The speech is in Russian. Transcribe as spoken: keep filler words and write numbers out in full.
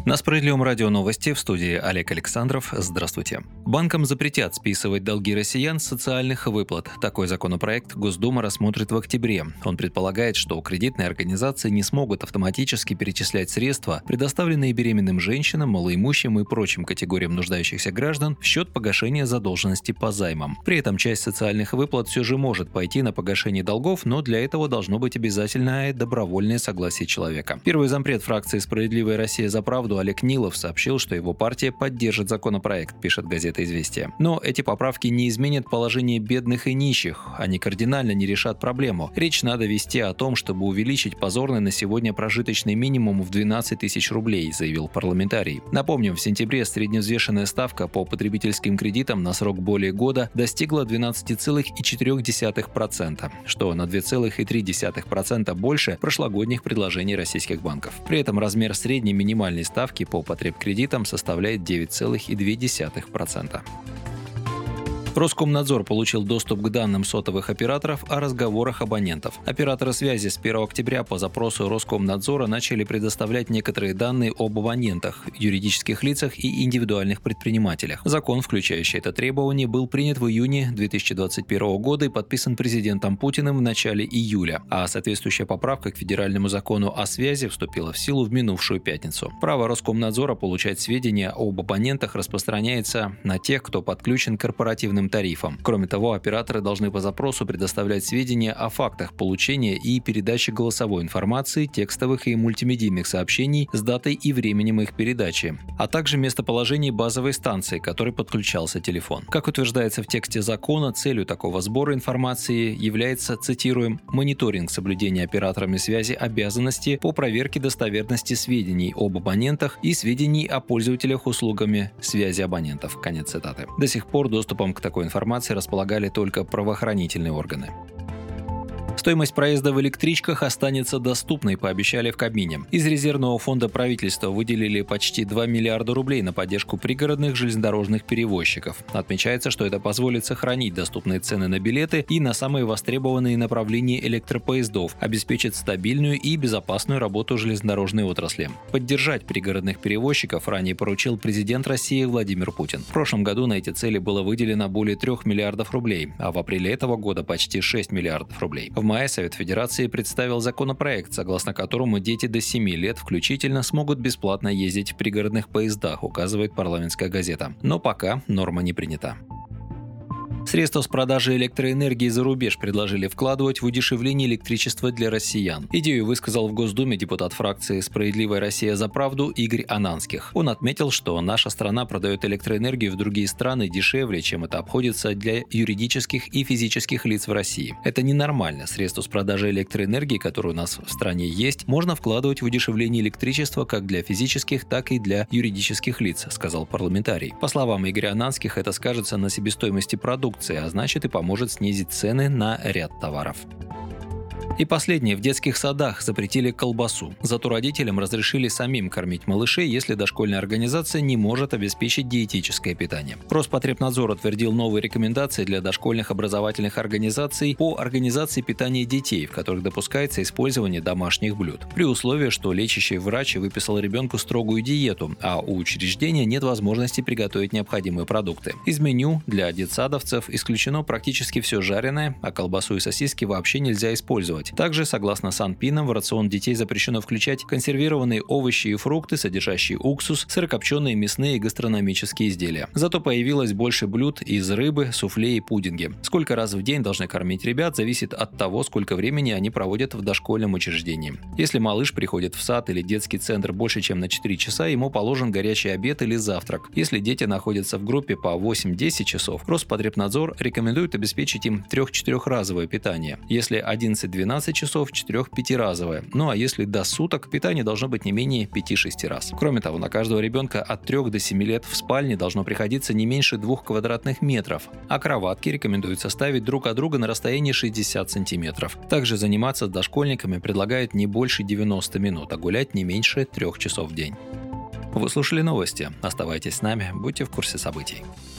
На Справедливом радио новости, в студии Олег Александров. Здравствуйте. Банкам запретят списывать долги россиян с социальных выплат. Такой законопроект Госдума рассмотрит в октябре. Он предполагает, что кредитные организации не смогут автоматически перечислять средства, предоставленные беременным женщинам, малоимущим и прочим категориям нуждающихся граждан, в счет погашения задолженности по займам. При этом часть социальных выплат все же может пойти на погашение долгов, но для этого должно быть обязательное добровольное согласие человека. Первый зампред фракции «Справедливая Россия за правду» Олег Нилов сообщил, что его партия поддержит законопроект, пишет газета «Известия». Но эти поправки не изменят положение бедных и нищих, они кардинально не решат проблему. Речь надо вести о том, чтобы увеличить позорный на сегодня прожиточный минимум в двенадцать тысяч рублей, заявил парламентарий. Напомним, в сентябре средневзвешенная ставка по потребительским кредитам на срок более года достигла двенадцать целых четыре десятых процента, что на два целых три десятых процента больше прошлогодних предложений российских банков. При этом размер средней минимальной ставки по потребкредитам составляет девять целых две десятых процента. Роскомнадзор получил доступ к данным сотовых операторов о разговорах абонентов. Операторы связи с первого октября по запросу Роскомнадзора начали предоставлять некоторые данные об абонентах, юридических лицах и индивидуальных предпринимателях. Закон, включающий это требование, был принят в июне две тысячи двадцать первого года и подписан президентом Путиным в начале июля, а соответствующая поправка к федеральному закону о связи вступила в силу в минувшую пятницу. Право Роскомнадзора получать сведения об абонентах распространяется на тех, кто подключен к корпоративным тарифам. Кроме того, операторы должны по запросу предоставлять сведения о фактах получения и передачи голосовой информации, текстовых и мультимедийных сообщений с датой и временем их передачи, а также местоположение базовой станции, к которой подключался телефон. Как утверждается в тексте закона, целью такого сбора информации является, цитируем, «мониторинг соблюдения операторами связи обязанности по проверке достоверности сведений об абонентах и сведений о пользователях услугами связи абонентов». Конец цитаты. До сих пор доступом к такой информации располагали только правоохранительные органы. Стоимость проезда в электричках останется доступной, пообещали в Кабмине. Из резервного фонда правительства выделили почти два миллиарда рублей на поддержку пригородных железнодорожных перевозчиков. Отмечается, что это позволит сохранить доступные цены на билеты и на самые востребованные направления электропоездов, обеспечит стабильную и безопасную работу железнодорожной отрасли. Поддержать пригородных перевозчиков ранее поручил президент России Владимир Путин. В прошлом году на эти цели было выделено более трех миллиардов рублей, а в апреле этого года почти шесть миллиардов рублей. В мае Совет Федерации представил законопроект, согласно которому дети до семи лет включительно смогут бесплатно ездить в пригородных поездах, указывает парламентская газета. Но пока норма не принята. Средства с продажи электроэнергии за рубеж предложили вкладывать в удешевление электричества для россиян. Идею высказал в Госдуме депутат фракции «Справедливая Россия за правду» Игорь Ананских. Он отметил, что наша страна продает электроэнергию в другие страны дешевле, чем это обходится для юридических и физических лиц в России. Это ненормально. Средства с продажи электроэнергии, которые у нас в стране есть, можно вкладывать в удешевление электричества как для физических, так и для юридических лиц, сказал парламентарий. По словам Игоря Ананских, это скажется на себестоимости продукции, а значит и поможет снизить цены на ряд товаров. И последнее. В детских садах запретили колбасу. Зато родителям разрешили самим кормить малышей, если дошкольная организация не может обеспечить диетическое питание. Роспотребнадзор утвердил новые рекомендации для дошкольных образовательных организаций по организации питания детей, в которых допускается использование домашних блюд. При условии, что лечащий врач выписал ребенку строгую диету, а у учреждения нет возможности приготовить необходимые продукты. Из меню для детсадовцев исключено практически все жареное, а колбасу и сосиски вообще нельзя использовать. Также, согласно Санпинам, в рацион детей запрещено включать консервированные овощи и фрукты, содержащие уксус, сырокопченые мясные и гастрономические изделия. Зато появилось больше блюд из рыбы, суфле и пудинги. Сколько раз в день должны кормить ребят, зависит от того, сколько времени они проводят в дошкольном учреждении. Если малыш приходит в сад или детский центр больше, чем на четыре часа, ему положен горячий обед или завтрак. Если дети находятся в группе по восемь-десять часов, Роспотребнадзор рекомендует обеспечить им трех-четырехразовое питание. Если одиннадцать-двенадцать часов, четырех-пятиразовое. Ну а если до суток, питание должно быть не менее пяти-шести раз. Кроме того, на каждого ребенка от трёх до семи лет в спальне должно приходиться не меньше двух квадратных метров, а кроватки рекомендуется ставить друг от друга на расстоянии шестьдесят сантиметров. Также заниматься с дошкольниками предлагают не больше девяноста минут, а гулять не меньше трех часов в день. Вы слушали новости. Оставайтесь с нами, будьте в курсе событий.